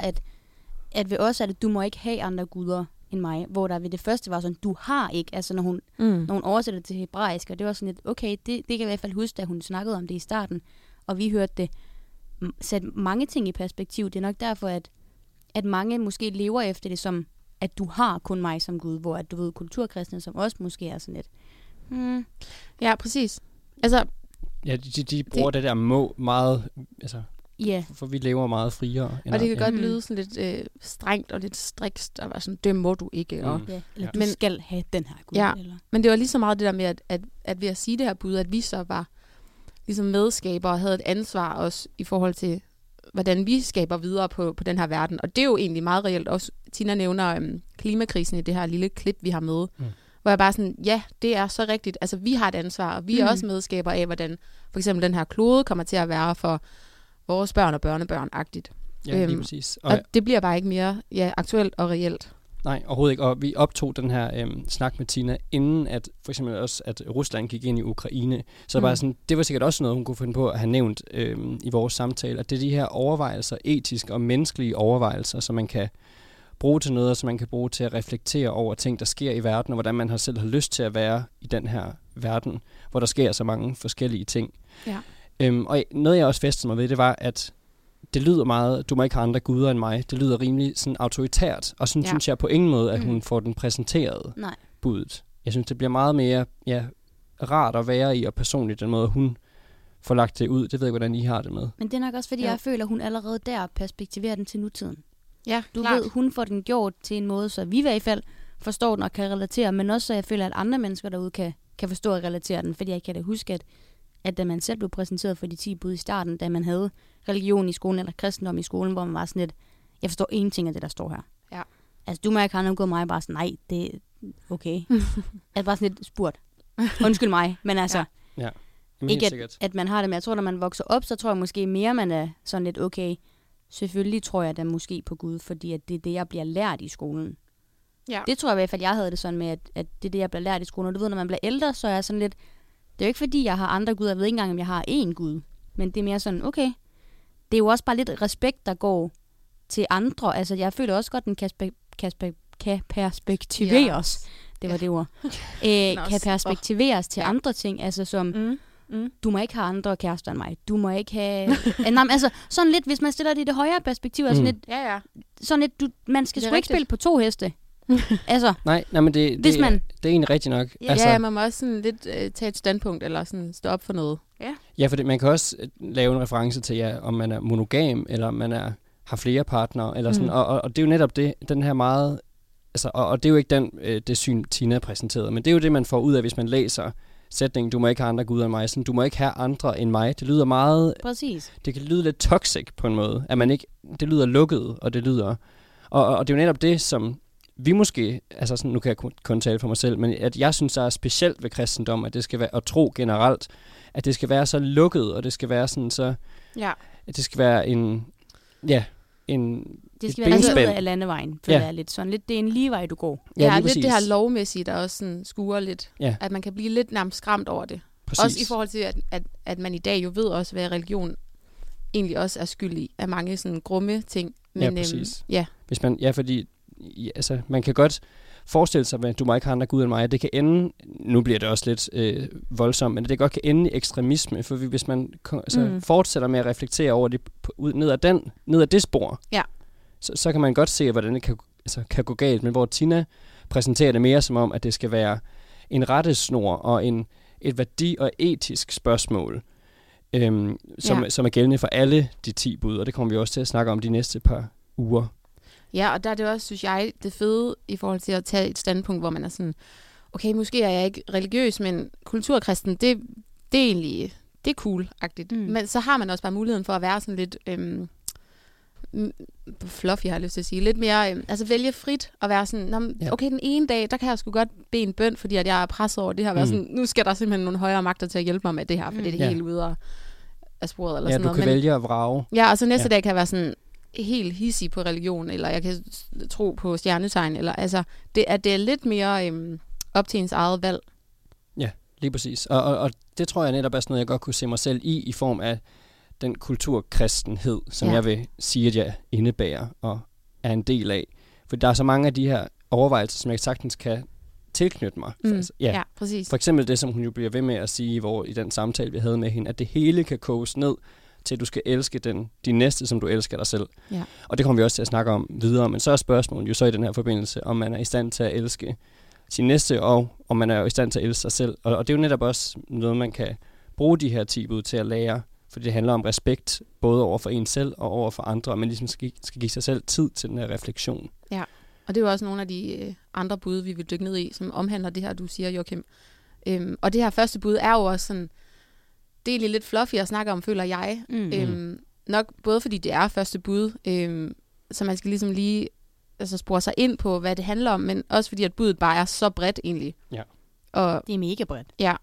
at ved os er det, du må ikke have andre guder end mig, hvor der ved det første var sådan, du har ikke, altså når hun oversætter det til hebraisk, og det var sådan lidt, okay, det kan jeg i hvert fald huske, da hun snakkede om det i starten, og vi hørte det, sat mange ting i perspektiv. Det er nok derfor, at mange måske lever efter det som, at du har kun mig som Gud, hvor at du ved, kulturkristne som også måske er sådan lidt. Ja, præcis. Altså, ja, de bruger det der må meget, altså, for vi lever meget friere. Og det kan godt lyde sådan lidt strengt og lidt strikst, og være sådan, det må du ikke. Og, eller du skal have den her Gud. Ja, eller. men det var lige så meget det der med, at ved at sige det her bud, at vi så var ligesom medskaber og havde et ansvar også i forhold til, hvordan vi skaber videre på den her verden. Og det er jo egentlig meget reelt også. Tina nævner klimakrisen i det her lille klip, vi har med. Hvor jeg bare sådan, ja, det er så rigtigt. Altså, vi har et ansvar, og vi er også medskaber af, hvordan for eksempel den her klode kommer til at være for vores børn og børnebørn-agtigt. Ja, lige præcis. Og det bliver bare ikke mere aktuelt og reelt. Nej, overhovedet ikke. Og vi optog den her snak med Tina, inden at for eksempel også, at Rusland gik ind i Ukraine. Så bare sådan, det var sikkert også noget, hun kunne finde på at have nævnt i vores samtale, at det er de her overvejelser, etiske og menneskelige overvejelser, som man kan bruge til noget, og som man kan bruge til at reflektere over ting, der sker i verden, og hvordan man selv har lyst til at være i den her verden, hvor der sker så mange forskellige ting. Ja. Og noget, jeg også fæstede mig ved, det var, at det lyder meget, du må ikke have andre guder end mig. Det lyder rimelig sådan autoritært, og sådan synes jeg på ingen måde, at hun får den præsenteret budet. Jeg synes, det bliver meget mere rart at være i, og personligt den måde, hun får lagt det ud. Det ved jeg, hvordan I har det med. Men det er nok også, fordi jeg føler, at hun allerede der perspektiverer den til nutiden. Ja, du ved, hun får den gjort til en måde, så vi i hvert fald forstår den og kan relatere, men også så jeg føler, at andre mennesker derude kan forstå og relatere den, fordi jeg kan da huske, at da man selv blev præsenteret for de 10 bud i starten, da man havde religion i skolen eller kristendom i skolen, hvor man var sådan lidt, jeg forstår ingenting af det, der står her. Ja. Altså, du må ikke have noget gået mig, bare sådan, nej, det er okay. Altså bare sådan lidt spurgt. Undskyld mig, men altså, ikke at man har det, men jeg tror, når man vokser op, så tror jeg måske mere, man er sådan lidt, okay, selvfølgelig tror jeg da måske på Gud, fordi at det er det, jeg bliver lært i skolen. Ja. Det tror jeg i hvert fald, jeg havde det sådan med, at det er det, jeg bliver lært i skolen. Og du ved, når man bliver ældre, så er jeg sådan lidt, det er jo ikke fordi, jeg har andre guder. Jeg ved ikke engang, om jeg har én gud. Men det er mere sådan, okay. Det er jo også bare lidt respekt, der går til andre. Altså, jeg føler også godt, den kan perspektiveres. Det var det ord. Kan perspektiveres til andre ting. Altså som, du må ikke have andre kærester end mig. Du må ikke have... altså, sådan lidt, hvis man stiller det i det højere perspektiv. Altså lidt, sådan lidt, man skal sgu ikke spille på 2 heste. Altså, nej, men det er egentlig rigtigt nok. Ja, altså, man må også sådan lidt tage et standpunkt, eller sådan stå op for noget. Ja, for man kan også lave en reference til, om man er monogam, eller om man har flere partnere, eller sådan, og det er jo netop det, den her meget, altså, og det er jo ikke det syn, Tina præsenterede, men det er jo det, man får ud af, hvis man læser sætningen, du må ikke have andre guder end mig, sådan, du må ikke have andre end mig. Det lyder meget... Præcis. Det kan lyde lidt toxic på en måde, at man ikke... Det lyder lukket, og det lyder... Og det er jo netop det, som vi måske... Altså sådan, nu kan jeg kun tale for mig selv, men at jeg synes, der er specielt ved kristendom, at det skal være... Og tro generelt, at det skal være så lukket, og det skal være sådan så... Ja. At det skal være en... Ja, det skal være ned af landevejen, for det er lidt sådan lidt, det er en lige vej, du går. Ja, lidt det her lovmæssigt, der også sådan skuer lidt, at man kan blive lidt nærmest skræmt over det. Præcis. Også i forhold til, at man i dag jo ved også, hvad religion egentlig også er skyld i af mange sådan grumme ting. Men, præcis. Ja. Hvis man, fordi altså, man kan godt forestille sig, at du må ikke have andre Gud end mig. Det kan ende, nu bliver det også lidt voldsomt, men det godt kan ende i ekstremisme, for hvis man fortsætter med at reflektere over det ned ad det spor, så kan man godt se, hvordan det kan gå galt. Men hvor Tina præsenterer det mere som om, at det skal være en rettesnor og et værdi- og etisk spørgsmål, som er gældende for alle de 10 bud, og det kommer vi også til at snakke om de næste par uger. Ja, og der er det også, synes jeg, det fede i forhold til at tage et standpunkt, hvor man er sådan, okay, måske er jeg ikke religiøs, men kulturkristen, det er egentlig, det er cool-agtigt. Men så har man også bare muligheden for at være sådan lidt fluffy, har jeg lyst til at sige. Lidt mere, vælge frit og være sådan, okay, den ene dag, der kan jeg sgu godt bede en bøn, fordi at jeg er presset over det her. Være sådan, nu skal der simpelthen nogle højere magter til at hjælpe mig med det her, for det er helt ude af sporet. Eller sådan noget. Du kan vælge at vrage. Ja, og så næste dag kan jeg være sådan helt hissig på religion, eller jeg kan tro på stjernetegn, eller det er lidt mere op til ens eget valg. Ja, lige præcis. Og det tror jeg netop er sådan noget, jeg godt kunne se mig selv i form af den kulturkristenhed, som jeg vil sige, at jeg indebærer og er en del af. For der er så mange af de her overvejelser, som jeg sagtens kan tilknytte mig. Ja, præcis. For eksempel det, som hun jo bliver ved med at sige i den samtale, vi havde med hende, at det hele kan koges ned til, at du skal elske de næste, som du elsker dig selv. Ja. Og det kommer vi også til at snakke om videre. Men så er spørgsmålet jo så i den her forbindelse, om man er i stand til at elske sin næste, og om man er i stand til at elske sig selv. Og det er jo netop også noget, man kan bruge de her 10 bud til at lære, fordi det handler om respekt, både over for en selv og over for andre, men ligesom skal give sig selv tid til den her refleksion. Ja, og det er jo også nogle af de andre bud, vi vil dykke ned i, som omhandler det her, du siger, Joachim. Og det her første bud er jo også sådan, det er egentlig lidt fluffy at snakke om, føler jeg. Nok både fordi det er første bud, så man skal ligesom lige spore sig ind på, hvad det handler om, men også fordi, at budet bare er så bredt egentlig. Ja. Og det er mega bredt. Ja.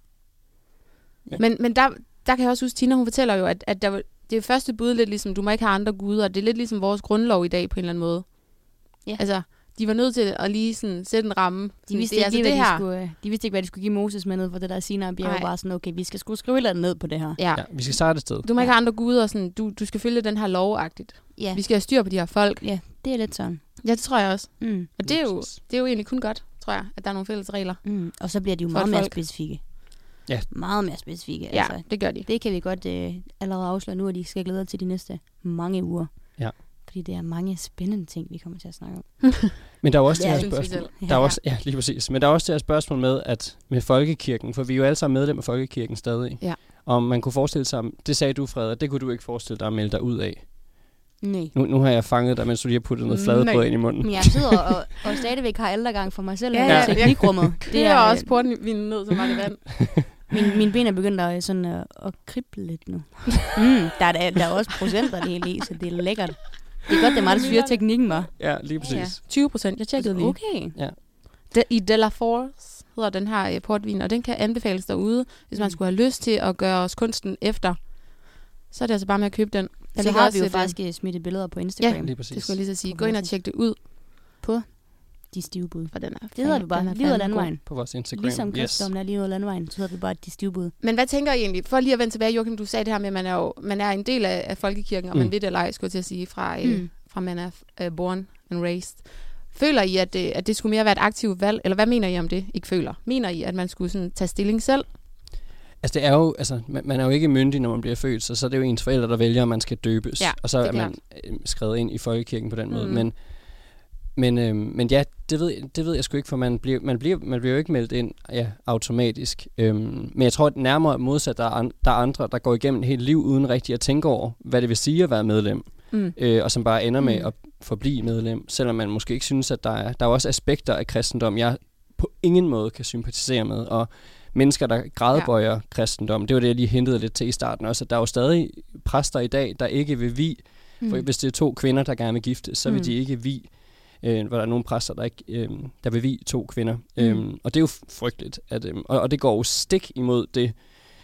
Men der kan jeg også huske, Tina, hun fortæller jo, at det er første bud lidt ligesom, du må ikke have andre guder, det er lidt ligesom vores grundlov i dag på en eller anden måde. Ja. Altså, de var nødt til at lige sådan sætte en ramme. De vidste ikke, hvad de skulle give Moses med ned for det der Sinai bjerg. Bare sådan, okay, vi skal sgu skrive et eller andet ned på det her. Ja, vi skal starte et sted. Du må ikke have andre guder, sådan, du skal følge den her lovagtigt. Ja. Vi skal have styr på de her folk. Ja, det er lidt sådan. Ja, det tror jeg også. Og det er jo egentlig kun godt, tror jeg, at der er nogle fælles regler. Og så bliver de jo meget mere specifikke. Ja. Meget mere specifikke. Ja, det gør de. Det kan vi godt allerede afsløre nu, at de skal glæde til de næste mange uger. Ja. Fordi det er mange spændende ting, vi kommer til at snakke om. Men der er også det her spørgsmål. Der er også, lige præcis. Men der er også det her spørgsmål med folkekirken, for vi er jo alle sammen medlem af folkekirken stadig. Ja. Og man kunne forestille sig, det sagde du, Frederik, det kunne du ikke forestille dig at melde dig ud af. Nej. Nu har jeg fanget dig, mens du lige har puttet noget fladebrød ind i munden. Men jeg sidder og stadigvæk har aldergang for mig selv i teknikrummet. Det er også portvinen ned, så var det vand. Mine ben er begyndt at krible lidt nu. Der er også procenter det hele i, så det er lækkert. Det er godt, det er mig, der styrer teknikken, var. Ja, lige præcis. 20%, jeg tjekkede lige. Okay. Ja. I De La Force hedder den her portvin, og den kan anbefales derude, hvis man skulle have lyst til at gøre os kunsten efter. Så er det altså bare med at købe den. Så har vi jo faktisk smittet billeder på Instagram. Ja, det skulle jeg lige så sige. Gå ind og tjek det ud. På De Stive Bud. For den er det hedder vi bare. Lige ud af landvejen. På vores Instagram. Ligesom kristendommen er lige ud af landvejen, så hedder vi bare De Stive Bud. Men hvad tænker I egentlig? For lige at vende tilbage, Joachim, du sagde det her med, at man er en del af folkekirken, og man ved det eller ej, skulle jeg til at sige, fra man er born and raised. Føler I, at det skulle mere være et aktivt valg? Eller hvad mener I om det, ikke føler? Mener I, at man skulle sådan tage stilling selv? Altså det er jo, man er jo ikke myndig, når man bliver født, så er det jo ens forældre, der vælger, om man skal døbes. Ja, og så er man skrevet ind i folkekirken på den måde. Men ja, det ved jeg sgu ikke, for man bliver jo ikke meldt ind automatisk. Men jeg tror, at nærmere modsat, der er andre, der går igennem et helt liv uden rigtig at tænke over, hvad det vil sige at være medlem. Og som bare ender med at forblive medlem, selvom man måske ikke synes, at der er også aspekter af kristendom, jeg på ingen måde kan sympatisere med. Og mennesker, der gradbøjer kristendom, det var det, jeg lige hentede lidt til i starten også, at der er jo stadig præster i dag, der ikke vil vie. For hvis det er 2 kvinder, der gerne vil giftes, så vil de ikke vie. Hvor der er nogle præster, der vil vie 2 kvinder. Og det er jo frygteligt. Og det går jo stik imod det,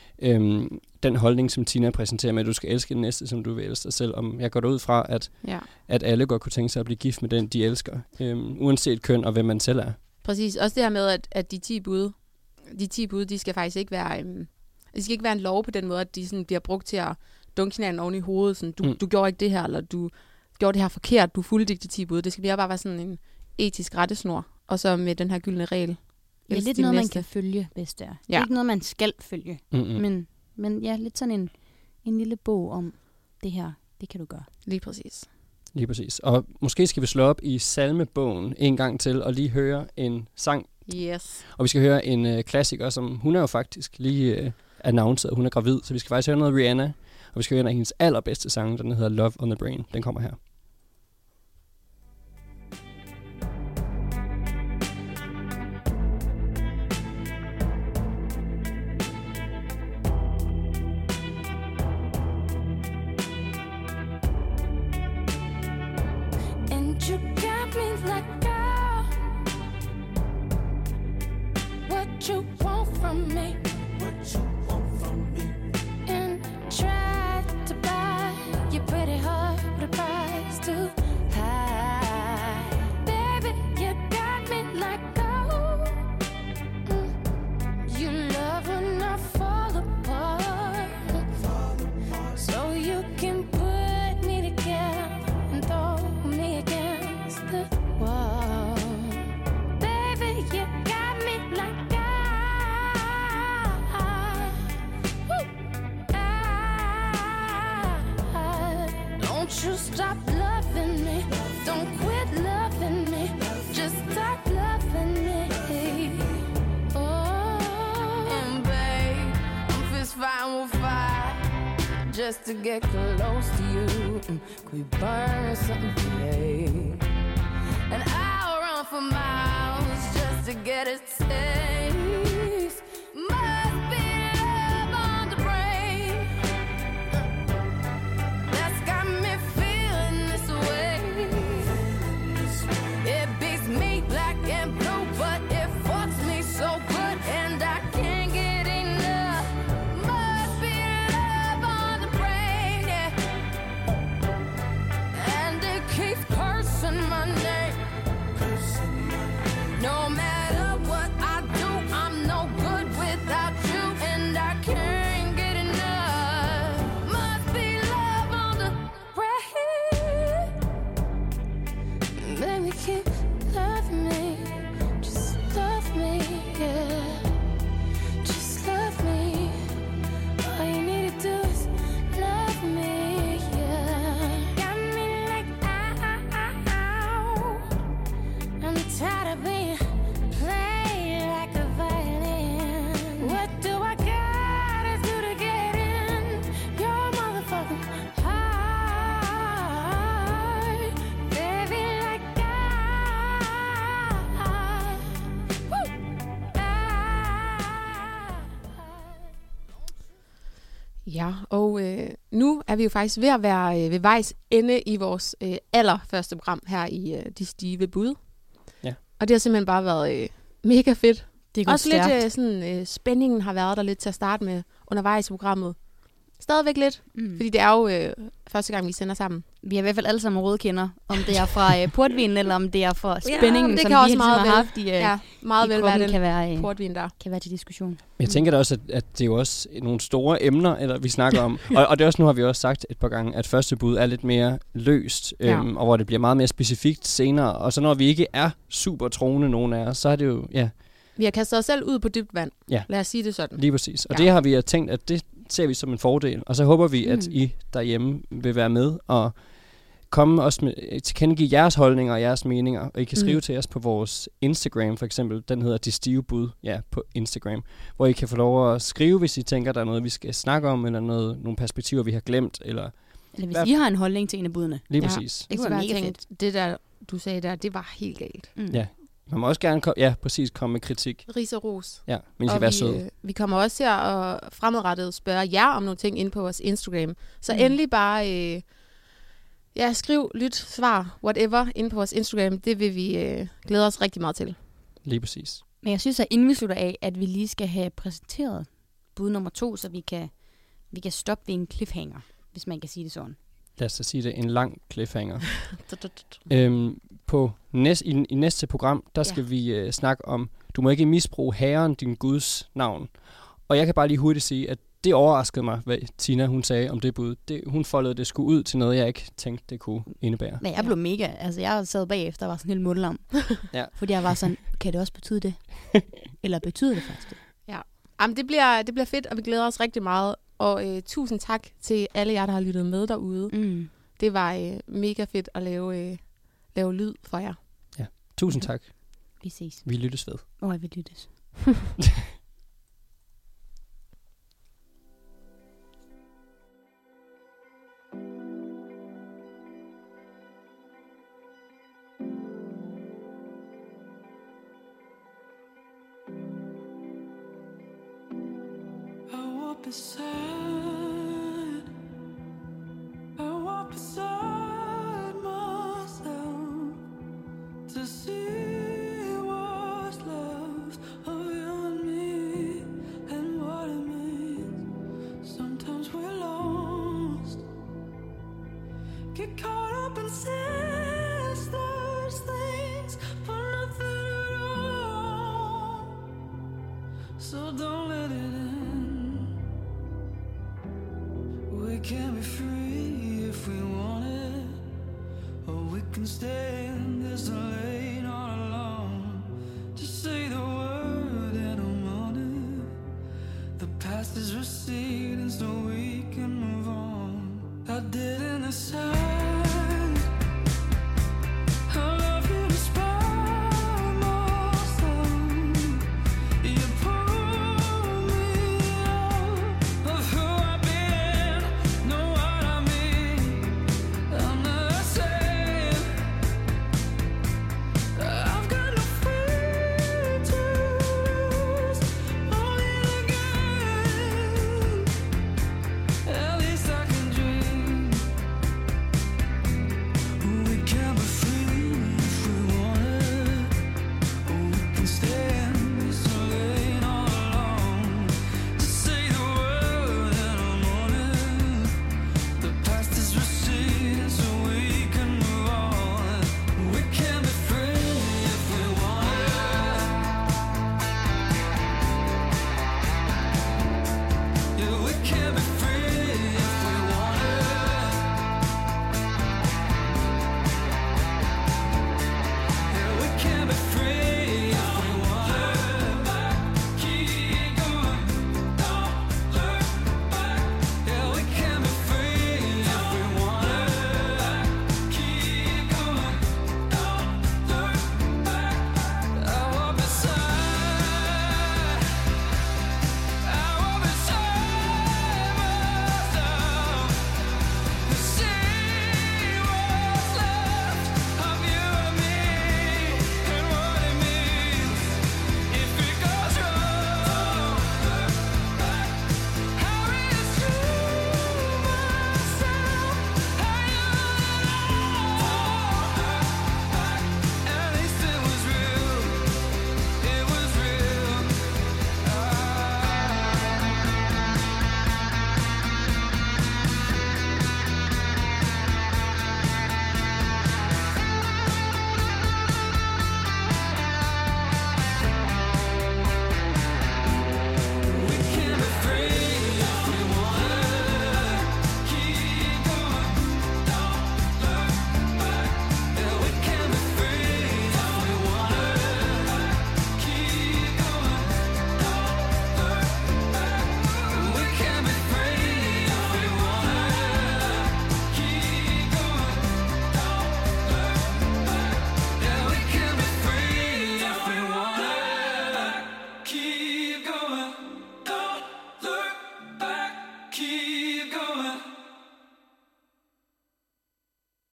den holdning, som Tina præsenterer med, at du skal elske den næste, som du vil elske dig selv. Om jeg går derud fra, at alle godt kunne tænke sig at blive gift med den, de elsker. Uanset køn og hvem man selv er. Præcis. Også det her med, at de 10 bud, de skal faktisk ikke være... det skal ikke være en lov på den måde, at de sådan bliver brugt til at dunke hinanden oven i hovedet. Sådan, du gjorde ikke det her, eller du gjorde det her forkert, du fulgte ikke de 10 bud. Det skal bare være sådan en etisk rettesnor, og så med den her gyldne regel. Det er lidt noget, man kan følge, hvis det er. Det er ikke noget, man skal følge. Men ja, lidt sådan en lille bog om det her. Det kan du gøre. Lige præcis. Lige præcis. Og måske skal vi slå op i salmebogen en gang til, og lige høre en sang. Yes. Og vi skal høre en klassiker, som hun er jo faktisk lige announceret, hun er gravid. Så vi skal faktisk høre noget Rihanna, og vi skal høre en af hendes allerbedste sange, den hedder Love on the Brain. Den kommer her. You got me like, girl, what you want from me? What you want from me? And try to buy your pretty heart with a price too high. Baby, you got me like, oh, you love when I fall apart, so you can put me together and throw me against the wall. Baby, you got me like don't you stop loving me, don't quit loving me, just stop loving me. Oh, and babe, I'm fist fighting with fire just to get close to you. Could we burn something today? And I'll run for miles just to get a taste. Must be love on the brain that's got me feeling this way. It beats me black and blue, but it fucks me so good, and I can't get enough. Must be love on the brain, yeah. And it keeps cursing my name. No matter what I do, I'm no good without you, and I can't get enough. Must be love on the brain. Baby, keep loving me, just love me, yeah. Just love me. All you need to do is love me, yeah. Got me like, ow. I'm tired of being played like a violin. What do I gotta do to get in your motherfucking heart? Baby, like Ja, og nu er vi jo faktisk ved at være ved vejs ende i vores allerførste program her i De Stive Bud. Ja. Og det har simpelthen bare været mega fedt. Det er gået også stærkt. lidt sådan, spændingen har været der lidt til at starte med undervejs i programmet. Stadigvæk lidt, fordi det er jo første gang, vi sender sammen. Vi har i hvert fald alle sammen rødkender, om det er fra portvinen, eller om det er fra spændingen, det som kan vi også meget har vel, haft i, meget i vel kroppen, være kan være, portvin der. kan være til diskussion. Jeg tænker da også, at det er jo også nogle store emner, eller vi snakker om. og det er også, nu har vi også sagt et par gange, at første bud er lidt mere løst, og hvor det bliver meget mere specifikt senere. Og så når vi ikke er super troende, nogen af os, så er det jo, ja. Vi har kastet os selv ud på dybt vand. Ja. Lad os sige det sådan. Lige præcis. Og det har vi tænkt, at det ser vi som en fordel. Og så håber vi, at I derhjemme vil være med og komme også med, tilkendegive jeres holdninger og jeres meninger. Og I kan skrive til os på vores Instagram for eksempel. Den hedder De Stive Bud, på Instagram. Hvor I kan få lov at skrive, hvis I tænker, der er noget, vi skal snakke om, eller nogle perspektiver, vi har glemt. Eller hvis I har en holdning til en af budene. Lige præcis. Det kunne være mega fedt. Det der, du sagde der, det var helt galt. Ja. Man må også gerne komme med kritik. Ris og ros. Ja, men I skal være søde. Vi kommer også til at fremadrettet spørge jer om nogle ting inde på vores Instagram. Så endelig bare skriv, lyt, svar, whatever, inde på vores Instagram. Det vil vi glæde os rigtig meget til. Lige præcis. Men jeg synes, at inden vi slutter af, at vi lige skal have præsenteret bud nummer 2, så vi kan stoppe ved en cliffhanger, hvis man kan sige det sådan. Lad os da sige det, en lang cliffhanger. I næste program, der skal vi snakke om, du må ikke misbruge Herren, din Guds navn. Og jeg kan bare lige hurtigt sige, at det overraskede mig, hvad Tina hun sagde om det bud. Hun foldede det sgu ud til noget, jeg ikke tænkte, det kunne indebære. Men jeg blev mega... Altså, jeg sad bagefter og var sådan helt mundlam. Ja. Fordi jeg var sådan, kan det også betyde det? Eller betyder det faktisk det? Ja. Jamen, det bliver fedt, og vi glæder os rigtig meget. Og tusind tak til alle jer, der har lyttet med derude. Mm. Det var mega fedt at lave lyd for jer. Ja, tusind tak. Vi ses. Vi lyttes ved. Vi lyttes. I walk beside myself to see what's left of you and me and what it means. Sometimes we're lost, get caught up in sisters things for nothing at all. So don't let it in. We can be free if we want it, or we can stay in this lane all alone. Just say the word and I'm on it. The past is receding so we can move on. I did in the side.